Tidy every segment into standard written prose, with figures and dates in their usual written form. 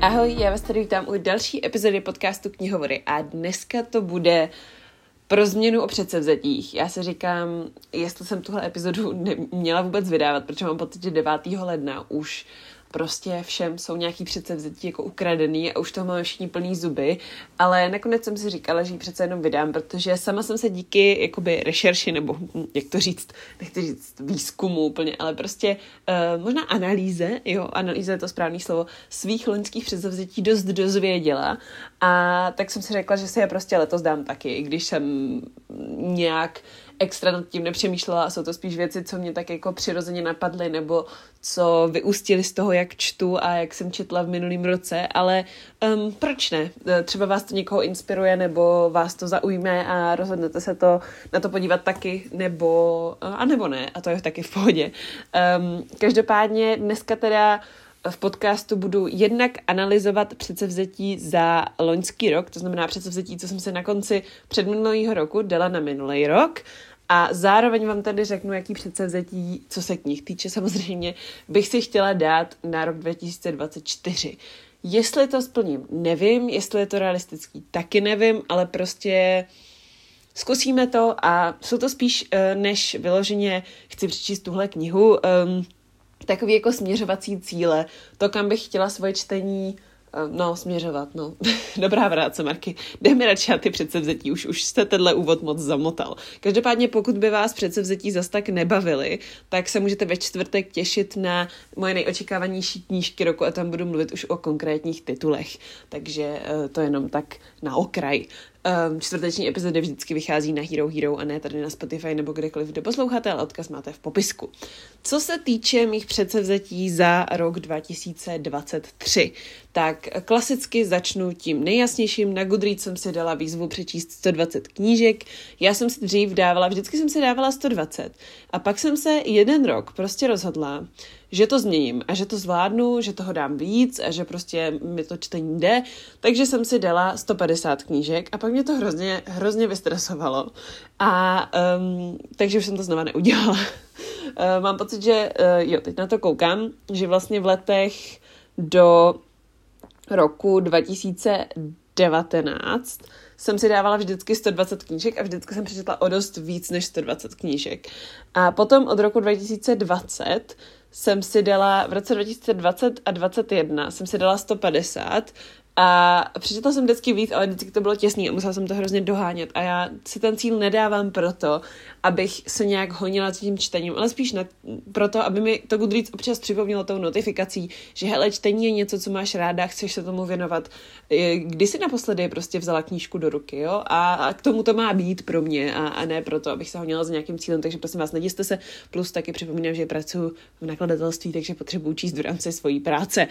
Ahoj, já vás tady vítám u další epizody podcastu Knihovory a dneska to bude pro změnu o předsevzetích. Já si říkám, jestli jsem tuhle epizodu neměla vůbec vydávat, protože mám pocit, že 9. ledna už prostě všem jsou nějaký předsevzetí jako ukradený a už toho máme všichni plný zuby, ale nakonec jsem si říkala, že ji přece jenom vydám, protože sama jsem se díky jakoby rešerši, nebo jak to říct, nechci říct výzkumu úplně, ale prostě možná analýze je to správné slovo, svých loňských předsevzetí dost dozvěděla a tak jsem si řekla, že si je prostě letos dám taky, i když jsem nějak extra nad tím nepřemýšlela a jsou to spíš věci, co mě tak jako přirozeně napadly nebo co vyústily z toho, jak čtu a jak jsem četla v minulém roce, ale proč ne? Třeba vás to někoho inspiruje nebo vás to zaujme a rozhodnete se to na to podívat taky nebo ne a to je taky v pohodě. Každopádně dneska teda v podcastu budu jednak analyzovat předsevzetí za loňský rok, to znamená předsevzetí, co jsem se na konci předminulého roku dala na minulý rok a zároveň vám tady řeknu, jaký předsevzetí, co se knih týče, samozřejmě bych si chtěla dát na rok 2024. Jestli to splním, nevím, jestli je to realistický, taky nevím, ale prostě zkusíme to a jsou to spíš, než vyloženě chci přečíst tuhle knihu, takový jako směřovací cíle, to, kam bych chtěla svoje čtení směřovat, Dobrá práce, Marky. Jdeme radši na ty předsevzetí, už jste tenhle úvod moc zamotal. Každopádně, pokud by vás předsevzetí zas tak nebavily, tak se můžete ve čtvrtek těšit na moje nejočekávanější knížky roku a tam budu mluvit už o konkrétních titulech. Takže to jenom tak na okraj. Čtvrteční epizody vždycky vychází na Hero a ne tady na Spotify nebo kdekoliv, kde posloucháte, ale odkaz máte v popisku. Co se týče mých předsevzetí za rok 2023, tak klasicky začnu tím nejjasnějším. Na Goodreads jsem si dala výzvu přečíst 120 knížek. Já jsem si dřív vždycky jsem si dávala 120. A pak jsem se jeden rok prostě rozhodla, že to změním a že to zvládnu, že toho dám víc a že prostě mi to čtení jde. Takže jsem si dala 150 knížek a pak mě to hrozně vystresovalo. A takže už jsem to znova neudělala. Mám pocit, že teď na to koukám, že vlastně v letech do roku 2019 jsem si dávala vždycky 120 knížek a vždycky jsem přečetla o dost víc než 120 knížek. A potom od roku 2020 jsem si dala, v roce 2020 a 2021 jsem si dala 150 a přečetla jsem vždycky víc, ale vždycky to bylo těsný a musela jsem to hrozně dohánět a já si ten cíl nedávám proto, abych se nějak honila tím čtením, ale spíš proto, aby mi to Goodreads občas připomnělo tou notifikací, že hele, čtení je něco, co máš ráda, chceš se tomu věnovat. Kdy jsi naposledy prostě vzala knížku do ruky, jo? A k tomu to má být pro mě a ne proto, abych se honila s nějakým cílem, takže prosím vás, neděste se, plus taky připomínám, že pracuji v nakladatelství, takže potřebuji číst v rámci svojí práce.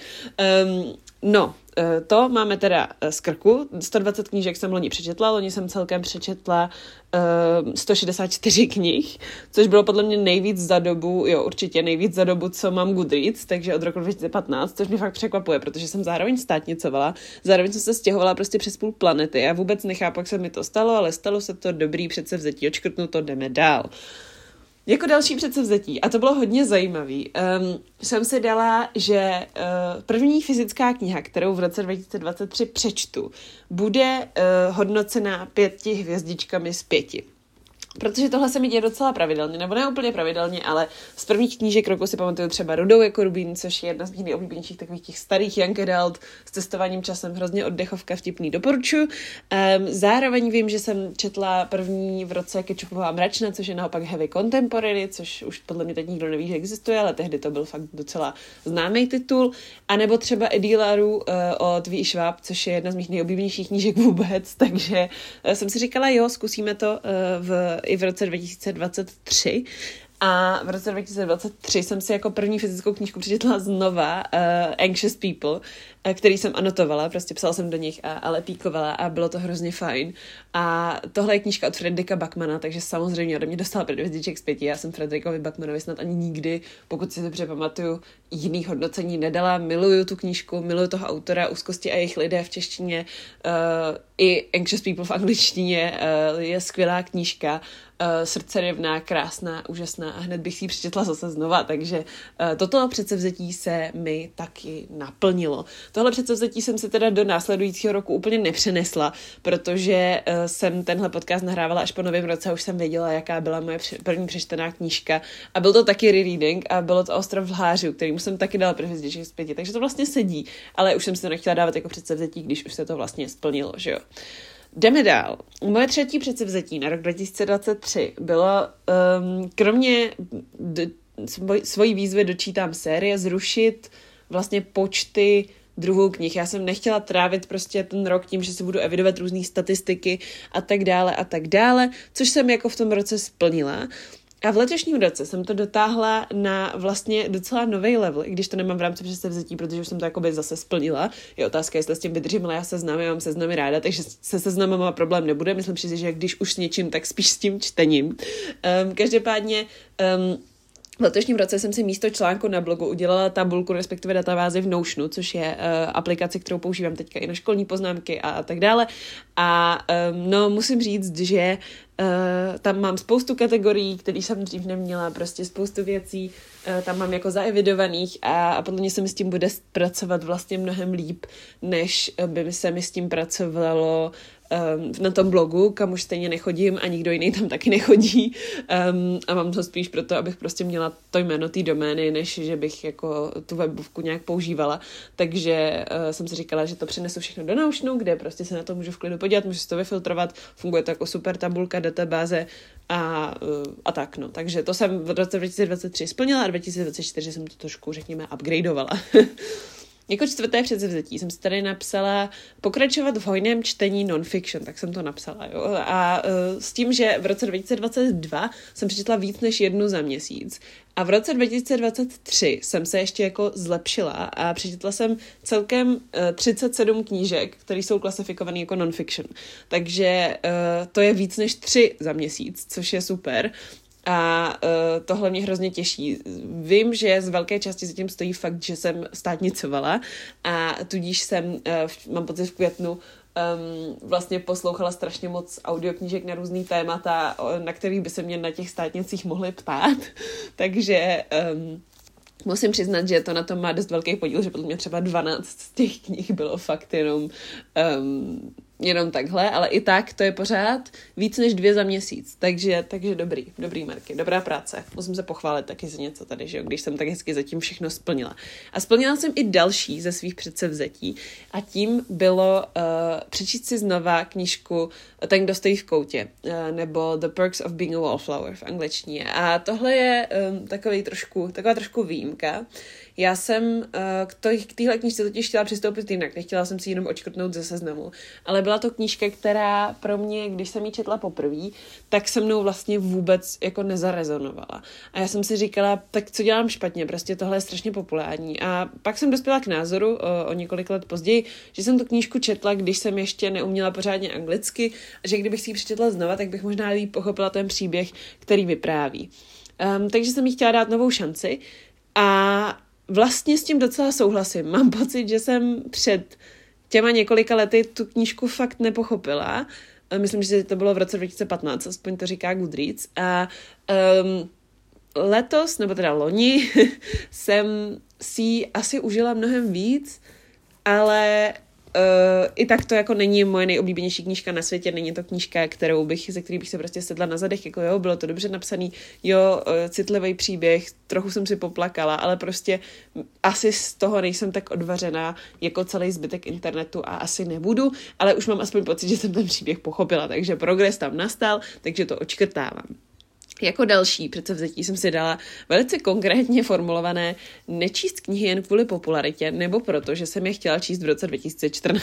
To máme teda z krku. 120 knížek jsem loni přečetla, loni jsem celkem přečetla 164 knih, což bylo podle mě nejvíc za dobu, co mám Goodreads, takže od roku 2015, což mě fakt překvapuje, protože jsem zároveň státnicovala, zároveň jsem se stěhovala prostě přes půl planety. Já vůbec nechápu, jak se mi to stalo, ale stalo se to, dobrý předsevzetí, odškrtnu to, jdeme dál. Jako další předsevzetí, a to bylo hodně zajímavý, jsem si dala, že první fyzická kniha, kterou v roce 2023 přečtu, bude hodnocena 5 hvězdičkami z 5. Protože tohle se mi děje docela pravidelně, nebo ne úplně pravidelně, ale z prvních knížek roku si pamatuju třeba Rudou jako rubín, což je jedna z mých nejoblíbenějších takových těch starých young adult s cestováním časem, hrozně oddechovka, vtipný, doporučuji. Zároveň vím, že jsem četla první v roce Kečupová mračna, což je naopak heavy contemporary, což už podle mě teď nikdo neví, že existuje, ale tehdy to byl fakt docela známý titul. A nebo třeba Edilaru od V. Schwab, což je jedna z mých nejoblíbenějších knížek vůbec, takže jsem si říkala, jo, zkusíme to i v roce 2023. A v roce 2023 jsem si jako první fyzickou knížku přečetla znova Anxious People, který jsem anotovala, prostě psala jsem do nich a lepíkovala a bylo to hrozně fajn. A tohle je knížka od Fredrika Backmana, takže samozřejmě ode mě dostala 5 hvězdiček z 5. Já jsem Fredrikovi Backmanovi snad ani nikdy, pokud si dobře pamatuju, jiný hodnocení nedala. Miluju tu knížku, miluju toho autora, Úzkosti a jejich lidé v češtině, i Anxious People v angličtině, je skvělá knížka, srdcerivná, krásná, úžasná krásná a hned bych si ji přečetla zase znova, takže toto předsevzetí se mi taky naplnilo. Tohle předsevzetí jsem se teda do následujícího roku úplně nepřenesla, protože jsem tenhle podcast nahrávala až po novém roce a už jsem věděla, jaká byla moje první přečtená knížka a byl to taky rereading a bylo to Ostrov lhářů, kterýmu jsem taky dala prehvězdiček z 5, takže to vlastně sedí, ale už jsem si to nechtěla dávat jako předsevzetí, když už se to vlastně splnilo, že jo. Jdeme dál. Moje třetí předsevzetí na rok 2023 bylo, kromě svojí výzvy dočítám série, zrušit vlastně počty druhou knih. Já jsem nechtěla trávit prostě ten rok tím, že si budu evidovat různé statistiky a tak dále, což jsem jako v tom roce splnila. A v letošním roce jsem to dotáhla na vlastně docela nový level, i když to nemám v rámci předsevzetí, protože už jsem to jakoby zase splnila. Je otázka, jestli s tím vydržím, ale já mám seznamy ráda, takže se seznamama problém nebude. Myslím si, že když už s něčím, tak spíš s tím čtením. Každopádně v letošním roce jsem si místo článku na blogu udělala tabulku, respektive databázi v Notionu, což je aplikace, kterou používám teďka i na školní poznámky a tak dále. A musím říct, že tam mám spoustu kategorií, které jsem dřív neměla, prostě spoustu věcí tam mám jako zaevidovaných a podle mě se mi s tím bude pracovat vlastně mnohem líp, než by se mi s tím pracovalo na tom blogu, kam už stejně nechodím a nikdo jiný tam taky nechodí a mám to spíš proto, abych prostě měla to jméno té domény, než že bych jako tu webovku nějak používala. Takže jsem si říkala, že to přenesu všechno do Notionu, kde prostě se na to můžu v klidu podívat, můžu si to vyfiltrovat, funguje to jako super tabulka, databáze a tak, no. Takže to jsem v roce 2023 splnila a 2024 jsem to trošku, řekněme, upgradeovala. Jako čtvrté předsevzetí jsem si tady napsala pokračovat v hojném čtení non-fiction, tak jsem to napsala, jo. A s tím, že v roce 2022 jsem přečetla víc než jednu za měsíc. A v roce 2023 jsem se ještě jako zlepšila a přečetla jsem celkem 37 knížek, které jsou klasifikované jako non-fiction. Takže to je víc než 3 za měsíc, což je super. A tohle mě hrozně těší. Vím, že z velké části zatím stojí fakt, že jsem státnicovala a tudíž jsem, mám pocit v květnu, vlastně poslouchala strašně moc audioknížek na různý témata, na kterých by se mě na těch státnicích mohli ptát. Takže musím přiznat, že to na tom má dost velký podíl, že podle mě třeba 12 z těch knih bylo fakt jenom takhle, ale i tak to je pořád víc než 2 za měsíc, takže dobrý Marky, dobrá práce. Musím se pochválit taky za něco tady, že jo, když jsem tak hezky zatím všechno splnila. A splnila jsem i další ze svých předsevzetí a tím bylo přečíst si znova knížku Ten, kdo stojí v koutě, nebo The Perks of Being a Wallflower v angličtině. A tohle je taková trošku výjimka. Já jsem k téhle knížce totiž chtěla přistoupit jinak, nechtěla jsem si jenom odškrtnout ze seznamu, ale byla to knížka, která pro mě, když jsem ji četla poprvé, tak se mnou vlastně vůbec jako nezarezonovala. A já jsem si říkala, tak co dělám špatně, prostě tohle je strašně populární. A pak jsem dospěla k názoru o několik let později, že jsem tu knížku četla, když jsem ještě neuměla pořádně anglicky, a že kdybych si ji přečetla znova, tak bych možná líp pochopila ten příběh, který vypráví. Takže jsem jí chtěla dát novou šanci a vlastně s tím docela souhlasím. Mám pocit, že jsem před těma několika lety tu knížku fakt nepochopila. Myslím, že to bylo v roce 2015, aspoň to říká Goodreads. A letos, nebo teda loni, jsem si asi užila mnohem víc, ale i tak to jako není moje nejoblíbenější knížka na světě, není to knížka, ze který bych se prostě sedla na zadech, jako jo, bylo to dobře napsaný, jo, citlivý příběh, trochu jsem si poplakala, ale prostě asi z toho nejsem tak odvařená jako celý zbytek internetu a asi nebudu, ale už mám aspoň pocit, že jsem ten příběh pochopila, takže progres tam nastal, takže to odškrtávám. Jako další předsevzetí jsem si dala velice konkrétně formulované nečíst knihy jen kvůli popularitě, nebo proto, že jsem je chtěla číst v roce 2014.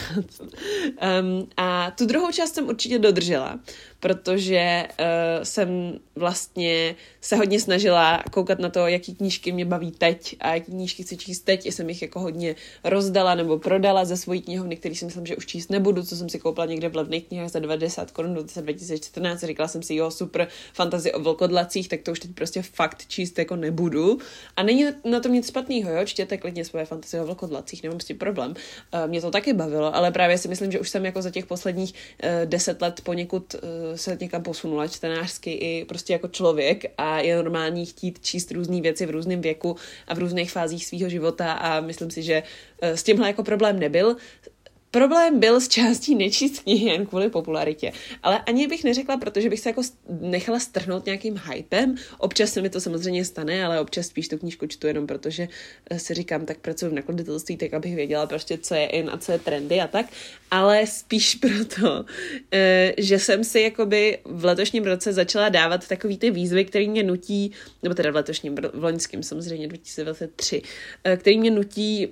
A tu druhou část jsem určitě dodržela, protože jsem vlastně se hodně snažila koukat na to, jaký knížky mě baví teď a jaký knížky chci číst teď. Jsem jich jako hodně rozdala nebo prodala ze svojí knihovny, který si myslím, že už číst nebudu, co jsem si koupila někde v levných knihách za 90 korun v roce 2014. Říkala jsem si, jo, super, fantasy o vlkodlacích, tak to už teď prostě fakt číst jako nebudu. A není na tom nic špatného, jo, čtěte klidně svoje fantasy o vlkodlacích, nemám s tím problém. Mě to taky bavilo, ale právě si myslím, že už jsem jako za těch posledních 10 let poněkud se někam posunula čtenářsky i prostě jako člověk a je normální chtít číst různé věci v různém věku a v různých fázích svého života a myslím si, že s tímhle jako problém nebyl. Problém byl z částí nečíst knihy jen kvůli popularitě. Ale ani bych neřekla, protože bych se jako nechala strhnout nějakým hypem. Občas se mi to samozřejmě stane, ale občas spíš tu knížku čtu jenom protože si říkám, tak pracuji v nakladatelství, tak abych věděla prostě, co je in a co je trendy a tak. Ale spíš proto, že jsem si jakoby v letošním roce začala dávat takový ty výzvy, který mě nutí, nebo teda v loňském samozřejmě 2023, který mě nutí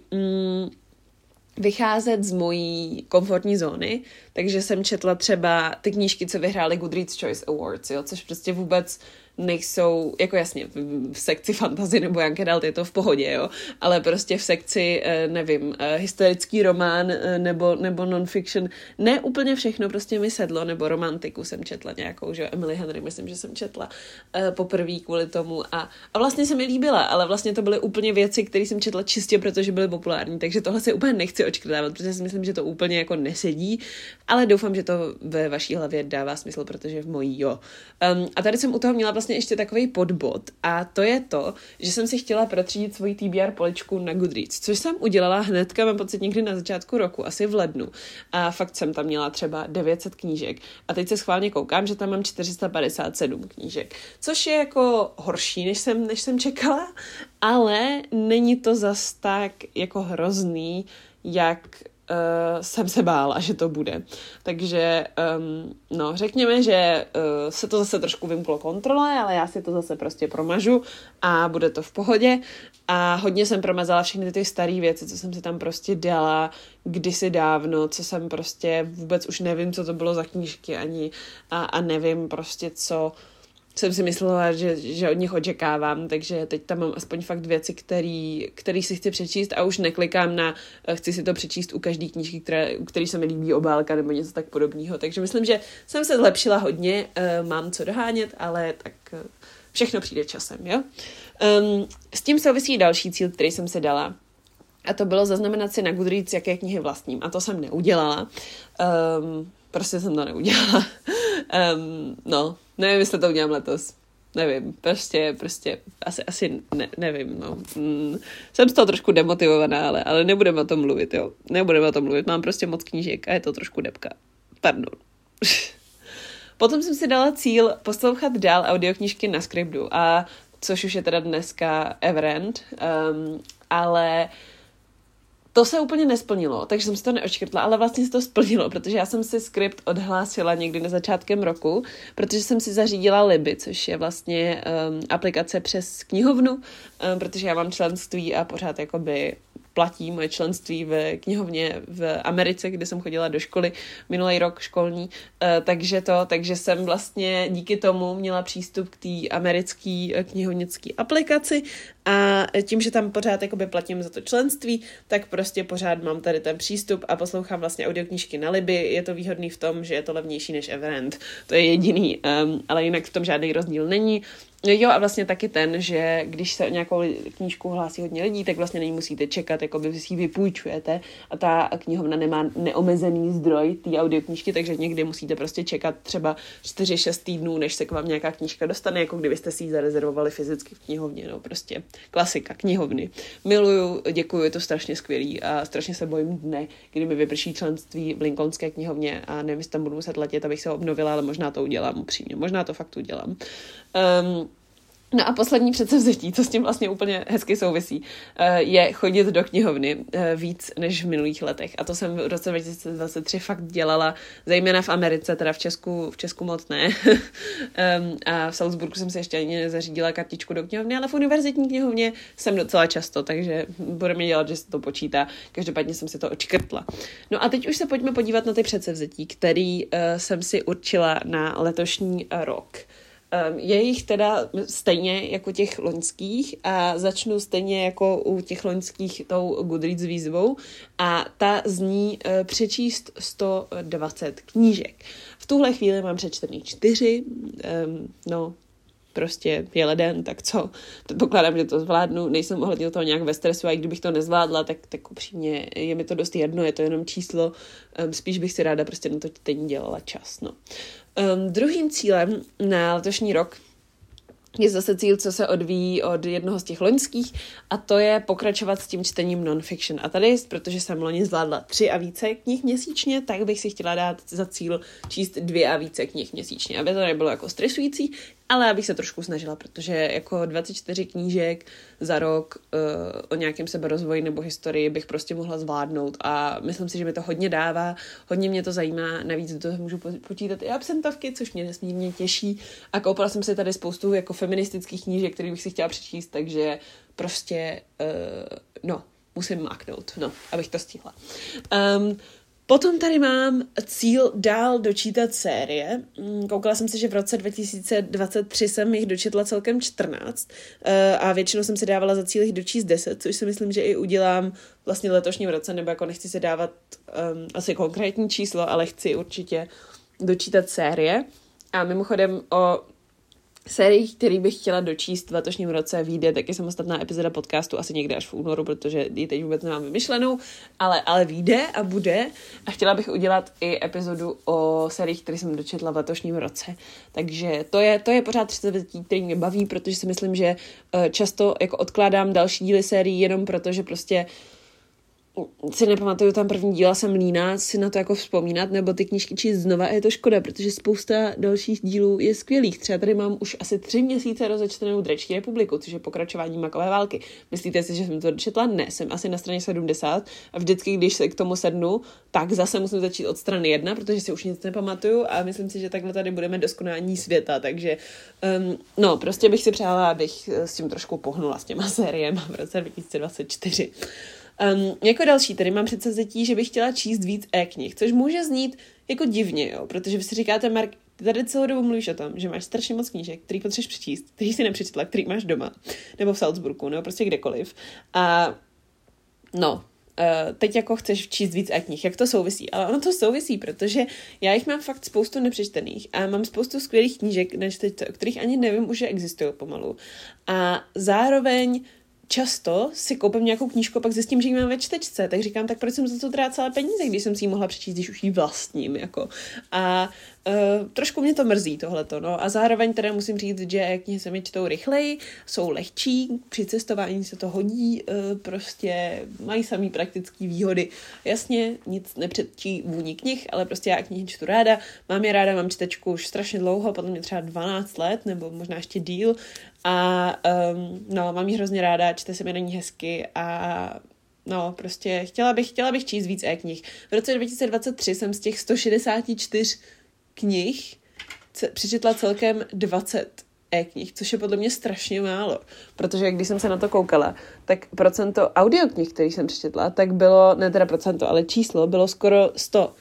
vycházet z mojí komfortní zóny, takže jsem četla třeba ty knížky, co vyhrály Goodreads Choice Awards, jo, což prostě vůbec nejsou, jako jasně, v sekci fantasy nebo young adult je to v pohodě, jo, ale prostě v sekci, nevím, historický román nebo non-fiction, ne úplně všechno prostě mi sedlo, nebo romantiku jsem četla nějakou, že Emily Henry, myslím, že jsem četla poprvé kvůli tomu a vlastně se mi líbila, ale vlastně to byly úplně věci, které jsem četla čistě, protože byly populární, takže tohle se úplně nechci očkrtávat, protože si myslím, že to úplně jako nesedí, ale doufám, že to ve vaší hlavě dává smysl, protože v mojí jo. A tady jsem u toho měla vlastně ještě takový podbod a to je to, že jsem si chtěla protřídit svoji TBR poličku na Goodreads, což jsem udělala hnedka, mám pocit někdy na začátku roku, asi v lednu. A fakt jsem tam měla třeba 900 knížek. A teď se schválně koukám, že tam mám 457 knížek, což je jako horší, než jsem čekala, ale není to zas tak jako hrozný, jak jsem se bála, že to bude. Takže, řekněme, že se to zase trošku vymklo kontrole, ale já si to zase prostě promažu a bude to v pohodě. A hodně jsem promazala všechny ty staré věci, co jsem si tam prostě dala kdysi dávno, co jsem prostě vůbec už nevím, co to bylo za knížky ani a nevím prostě, co jsem si myslela, že od nich očekávám, takže teď tam mám aspoň fakt věci, který si chci přečíst a už neklikám na chci si to přečíst u každé knížky, u který se mi líbí obálka nebo něco tak podobného. Takže myslím, že jsem se zlepšila hodně, mám co dohánět, ale tak všechno přijde časem, jo? S tím souvisí další cíl, který jsem si dala. A to bylo zaznamenat si na Goodreads, jaké knihy vlastním. A to jsem neudělala. Prostě jsem to neudělala. Nevím, jestli to udělám letos. Nevím, prostě asi nevím, no. Jsem z toho trošku demotivovaná, ale nebudeme o tom mluvit, jo. Nebudeme o tom mluvit, mám prostě moc knížek a je to trošku debka. Pardon. Potom jsem si dala cíl poslouchat dál audioknížky na Scribdu, a což už je teda dneska Everend, ale to se úplně nesplnilo, takže jsem si to neočkrtla, ale vlastně se to splnilo, protože já jsem si Scribd odhlásila někdy na začátkem roku, protože jsem si zařídila Libby, což je vlastně aplikace přes knihovnu, protože já mám členství a pořád jakoby platí moje členství v knihovně v Americe, kde jsem chodila do školy minulý rok školní, takže jsem vlastně díky tomu měla přístup k té americké knihovnické aplikaci a tím, že tam pořád jakoby platím za to členství, tak prostě pořád mám tady ten přístup a poslouchám vlastně audioknížky na Libby. Je to výhodný v tom, že je to levnější než Everend. To je jediný, ale jinak v tom žádný rozdíl není. Jo, a vlastně taky ten, že když se nějakou knížku hlásí hodně lidí, tak vlastně nemusíte čekat, jako vy si ji vypůjčujete a ta knihovna nemá neomezený zdroj té audioknížky, takže někdy musíte prostě čekat třeba 4-6 týdnů, než se k vám nějaká knížka dostane, jako kdybyste si ji zarezervovali fyzicky v knihovně, no prostě klasika knihovny. Miluju, děkuju, je to strašně skvělý a strašně se bojím dne, kdy mi vyprší členství v Lincolnské knihovně a nevím, jestli tam budu muset letět, abych se obnovila, ale možná to udělám upřímně, možná to fakt udělám. No a poslední předsevzetí, co s tím vlastně úplně hezky souvisí, je chodit do knihovny víc než v minulých letech. A to jsem v roce 2023 fakt dělala, zejména v Americe, teda v Česku moc ne. A v Salzburgu jsem si ještě ani nezařídila kartičku do knihovny, ale v univerzitní knihovně jsem docela často, takže budeme dělat, že se to počítá. Každopádně jsem si to odškrtla. No a teď už se pojďme podívat na ty předsevzetí, který jsem si určila na letošní rok. Je jich teda stejně jako těch loňských a začnu stejně jako u těch loňských tou Goodreads výzvou a ta zní přečíst 120 knížek. V tuhle chvíli mám přečtený 4, prostě je leden, tak co? Předpokládám, že to zvládnu, nejsem ohledně toho nějak ve stresu a i kdybych to nezvládla, tak upřímně je mi to dost jedno, je to jenom číslo, spíš bych si ráda prostě na to teď dělala čas, no. Druhým cílem na letošní rok je zase cíl, co se odvíjí od jednoho z těch loňských, a to je pokračovat s tím čtením non-fiction. A tady, protože jsem loni zvládla 3 a více knih měsíčně, tak bych si chtěla dát za cíl číst 2 a více knih měsíčně, aby to nebylo jako stresující, ale abych se trošku snažila, protože jako 24 knížek za rok o nějakém seberozvoji nebo historii bych prostě mohla zvládnout a myslím si, že mi to hodně dává, hodně mě to zajímá, navíc do toho můžu počítat i absentovky, což mě nesmírně těší a koupila jsem si tady spoustu jako feministických knížek, které bych si chtěla přečíst, takže prostě, musím máknout, abych to stihla. Potom tady mám cíl dál dočítat série. Koukala jsem si, že v roce 2023 jsem jich dočetla celkem 14 a většinou jsem si dávala za cíl jich dočíst 10, což si myslím, že i udělám vlastně v letošním roce, nebo jako nechci si dávat asi konkrétní číslo, ale chci určitě dočítat série. A mimochodem o sérii, který bych chtěla dočíst v letošním roce, vyjde taky samostatná epizoda podcastu asi někde až v únoru, protože ji teď vůbec nemám vymyšlenou, ale vyjde a bude a chtěla bych udělat i epizodu o sériích, které jsem dočetla v letošním roce. Takže to je pořád 30 věcí, který mě baví, protože si myslím, že často jako odkládám další díly sérií jenom proto, že prostě si nepamatuju, tam první díla, jsem líná si na to jako vzpomínat, nebo ty knížky číst znova a je to škoda, protože spousta dalších dílů je skvělých. Třeba tady mám už asi 3 měsíce rozečtenou Dračí republiku, což je pokračování Makové války. Myslíte si, že jsem to dočetla? Ne, jsem asi na straně 70 a vždycky, když se k tomu sednu, tak zase musím začít od strany 1, protože si už nic nepamatuju a myslím si, že takhle tady budeme doskonální světa, takže prostě bych si přála, abych s tím trošku pohnula s těma sériema v roce 2024. Jako další, tady mám předsevzetí, že bych chtěla číst víc e-knih, což může znít jako divně, jo, protože vy si říkáte, Mark, ty tady celou dobu mluvíš o tom, že máš strašně moc knížek, který potřebuješ přečíst, který si nepřečetla, který máš doma, nebo v Salzburgu, nebo prostě kdekoliv. A teď jako chceš číst víc e-knih, jak to souvisí? Ale ono to souvisí, protože já jich mám fakt spoustu nepřečtených a mám spoustu skvělých knížek, o kterých ani nevím už, že existují pomalu. A zároveň často si koupím nějakou knížku a pak zjistím, že ji mám ve čtečce, tak říkám, tak proč jsem za to trácela peníze, když jsem si ji mohla přečíst, když už ji vlastním, jako. A trošku mě to mrzí tohleto, a zároveň teda musím říct, že knihy se mi čtou rychleji, jsou lehčí, při cestování se to hodí, prostě mají samý praktický výhody. Jasně, nic nepředčí vůni knih, ale prostě já knihy čtu ráda, mám je ráda, mám čtečku už strašně dlouho, podle mě třeba 12 let, nebo možná ještě díl, a mám ji hrozně ráda, čte se mi na ní hezky a prostě chtěla bych číst víc e-knih. V roce 2023 jsem z těch 164 knih přečetla celkem 20 e-knih, což je podle mě strašně málo, protože když jsem se na to koukala, tak procento audioknih, který jsem přečetla, tak bylo, ne teda procento, ale číslo bylo skoro 100.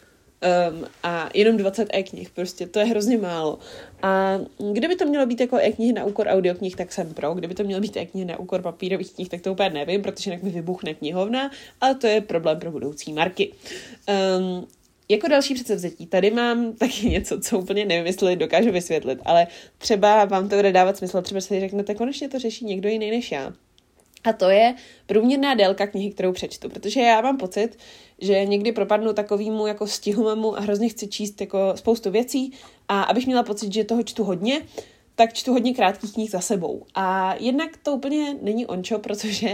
A jenom 20 e-knih, prostě to je hrozně málo. A kdyby to mělo být jako e-knihy na úkor audioknih, tak jsem pro. Kdyby to mělo být e-knihy na úkor papírových knih, tak to úplně nevím, protože jinak mi vybuchne knihovna, ale to je problém pro budoucí marky. Jako další předsevzetí, tady mám taky něco, co úplně nevím, jestli dokážu vysvětlit, ale třeba vám to bude dávat smysl, třeba si řeknete, konečně to řeší někdo jiný než já. A to je průměrná délka knihy, kterou přečtu, protože já mám pocit, že někdy propadnu takovému jako stihumému a hrozně chci číst jako spoustu věcí a abych měla pocit, že toho čtu hodně, tak čtu hodně krátkých knih za sebou. A jednak to úplně není ončo, protože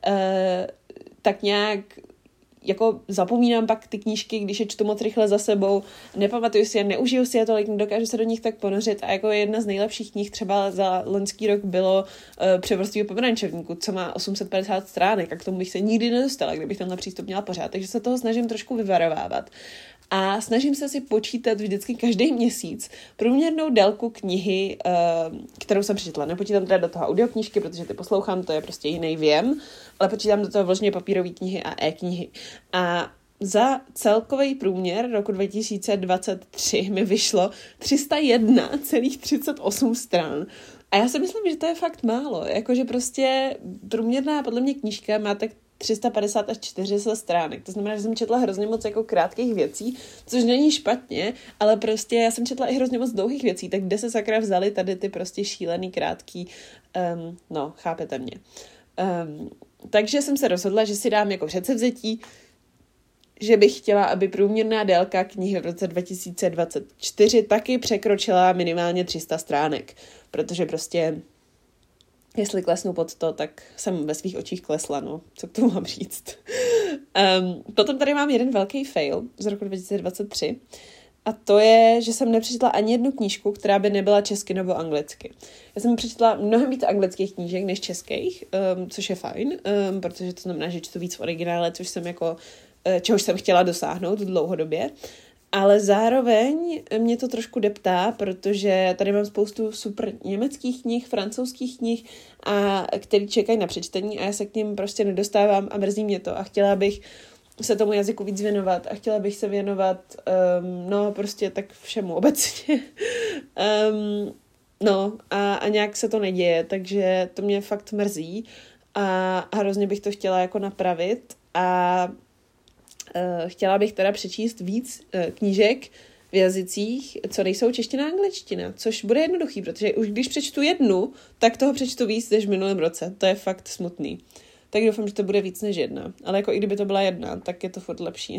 tak nějak jako zapomínám pak ty knížky, když je čtu moc rychle za sebou, nepamatuju si je, neužiju si je tolik, nedokážu se do nich tak ponořit a jako jedna z nejlepších knih třeba za loňský rok bylo Převrství pomerančovníku, co má 850 stránek a k tomu bych se nikdy nedostala, kdybych tenhle přístup měla pořád, takže se toho snažím trošku vyvarovávat. A snažím se si počítat vždycky každý měsíc průměrnou délku knihy, kterou jsem přečetla. Nepočítám teda do toho audioknížky, protože ty poslouchám, to je prostě jiný věm, ale počítám do toho vložně papírové knihy a e-knihy. A za celkový průměr roku 2023 mi vyšlo 301,38 stran. A já si myslím, že to je fakt málo. Jakože prostě průměrná podle mě knížka má tak 350 až 400 stránek. To znamená, že jsem četla hrozně moc jako krátkých věcí, což není špatně, ale prostě já jsem četla i hrozně moc dlouhých věcí, tak kde se sakra vzali tady ty prostě šílený krátký, chápete mě. Takže jsem se rozhodla, že si dám jako předsevzetí, že bych chtěla, aby průměrná délka knihy v roce 2024 taky překročila minimálně 300 stránek, protože prostě jestli klesnu pod to, tak jsem ve svých očích klesla, no. Co k tomu mám říct? Potom tady mám jeden velký fail z roku 2023 a to je, že jsem nepřečetla ani jednu knížku, která by nebyla česky nebo anglicky. Já jsem přečetla mnohem víc anglických knížek než českých, což je fajn, protože to znamená, že čtu víc v originále, což jsem jako, čehož jsem chtěla dosáhnout dlouhodobě. Ale zároveň mě to trošku deptá, protože tady mám spoustu super německých knih, francouzských knih, a který čekají na přečtení a já se k nim prostě nedostávám a mrzí mě to a chtěla bych se tomu jazyku víc věnovat a chtěla bych se věnovat, prostě tak všemu obecně. A nějak se to neděje, takže to mě fakt mrzí a hrozně bych to chtěla jako napravit a chtěla bych teda přečíst víc knížek v jazycích, co nejsou čeština a angličtina, což bude jednoduchý, protože už když přečtu jednu, tak toho přečtu víc než v minulém roce. To je fakt smutný. Tak doufám, že to bude víc než jedna. Ale jako i kdyby to byla jedna, tak je to furt lepší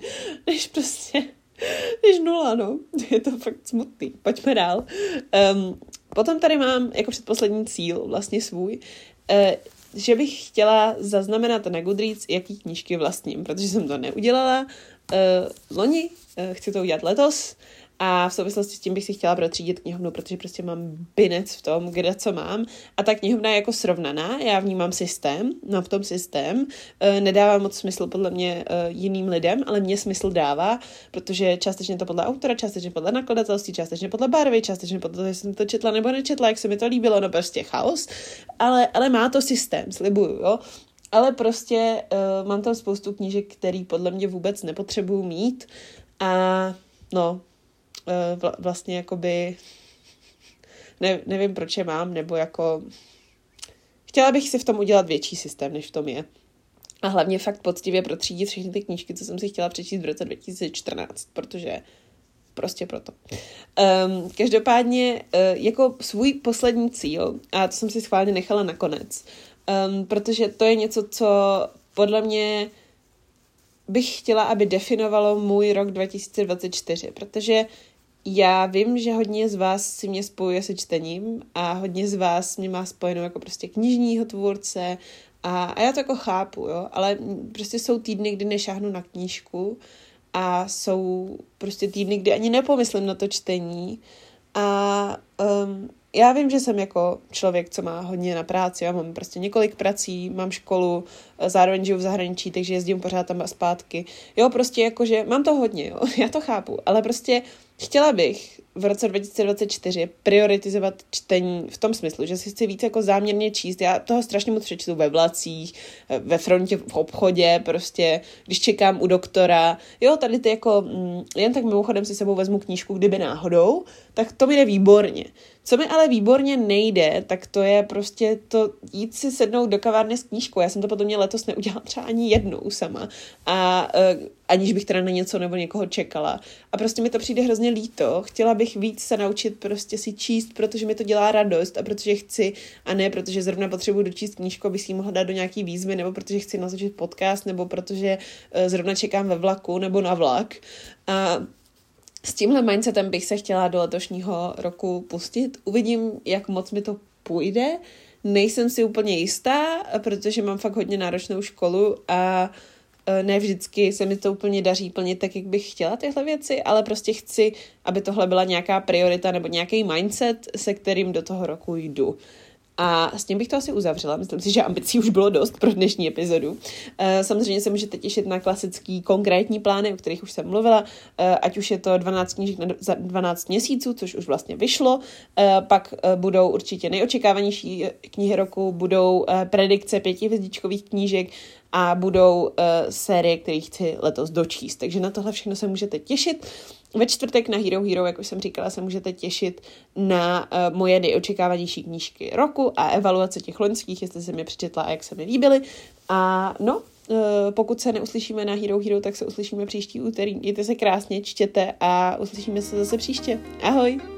než nula, no. Je to fakt smutný. Pojďme dál. Potom tady mám jako předposlední cíl, vlastně svůj, že bych chtěla zaznamenat na Goodreads, jaký knížky vlastním, protože jsem to neudělala loni, chci to udělat letos a v souvislosti s tím bych si chtěla protřídit knihovnu, protože prostě mám binec v tom, kde co mám a ta knihovna je jako srovnaná, já v ní mám systém, mám v tom systém, nedává moc smysl podle mě jiným lidem, ale mě smysl dává, protože částečně to podle autora, částečně podle nakladatelství, částečně podle barvy, částečně podle toho, jestli jsem to četla nebo nečetla, jak se mi to líbilo, no prostě chaos, ale má to systém, slibuju, jo. Ale prostě mám tam spoustu knížek, který podle mě vůbec nepotřebuju mít a vlastně jakoby nevím, proč je mám, nebo jako chtěla bych si v tom udělat větší systém, než v tom je. A hlavně fakt poctivě protřídit všechny ty knížky, co jsem si chtěla přečíst v roce 2014, protože prostě proto. Každopádně jako svůj poslední cíl, a to jsem si schválně nechala nakonec, protože to je něco, co podle mě bych chtěla, aby definovalo můj rok 2024, protože já vím, že hodně z vás si mě spojuje se čtením a hodně z vás mě má spojenou jako prostě knižního tvůrce a já to jako chápu, jo, ale prostě jsou týdny, kdy nešáhnu na knížku a jsou prostě týdny, kdy ani nepomyslím na to čtení a já vím, že jsem jako člověk, co má hodně na práci, já mám prostě několik prací, mám školu, zároveň žiju v zahraničí, takže jezdím pořád tam a zpátky. Jo, prostě jakože mám to hodně, jo, já to chápu, ale prostě chtěla bych v roce 2024 prioritizovat čtení v tom smyslu, že si chci víc jako záměrně číst. Já toho strašně moc přečtu ve vlacích, ve frontě, v obchodě, prostě, když čekám u doktora. Jo, tady ty jako, jen tak mimochodem si sebou vezmu knížku, kdyby náhodou, tak to mi jde výborně. Co mi ale výborně nejde, tak to je prostě to jít si sednout do kavárny s knížkou. Já jsem to potom letos neudělala třeba ani jednou sama. A aniž bych teda na něco nebo někoho čekala. A prostě mi to přijde hrozně líto. Chtěla bych víc se naučit prostě si číst, protože mi to dělá radost a protože chci, a ne protože zrovna potřebuji dočíst knížku, abych si ji mohla dát do nějaký výzvy, nebo protože chci natočit podcast, nebo protože zrovna čekám ve vlaku nebo na vlak. A s tímhle mindsetem bych se chtěla do letošního roku pustit. Uvidím, jak moc mi to půjde. Nejsem si úplně jistá, protože mám fakt hodně náročnou školu a ne vždycky se mi to úplně daří plnit tak, jak bych chtěla tyhle věci, ale prostě chci, aby tohle byla nějaká priorita nebo nějaký mindset, se kterým do toho roku jdu. A s tím bych to asi uzavřela. Myslím si, že ambicí už bylo dost pro dnešní epizodu. Samozřejmě se můžete těšit na klasický konkrétní plány, o kterých už jsem mluvila, ať už je to 12 knížek za 12 měsíců, což už vlastně vyšlo. Pak budou určitě nejočekávanější knihy roku, budou predikce 5hvězdičkových knížek a budou série, které chci letos dočíst. Takže na tohle všechno se můžete těšit. Ve čtvrtek na Hero Hero, jak už jsem říkala, se můžete těšit na moje nejočekávanější knížky roku a evaluace těch loňských, jestli jsem je přečetla a jak se mi líbily. A no, pokud se neuslyšíme na Hero Hero, tak se uslyšíme příští úterý. Mějte se krásně, čtěte a uslyšíme se zase příště. Ahoj!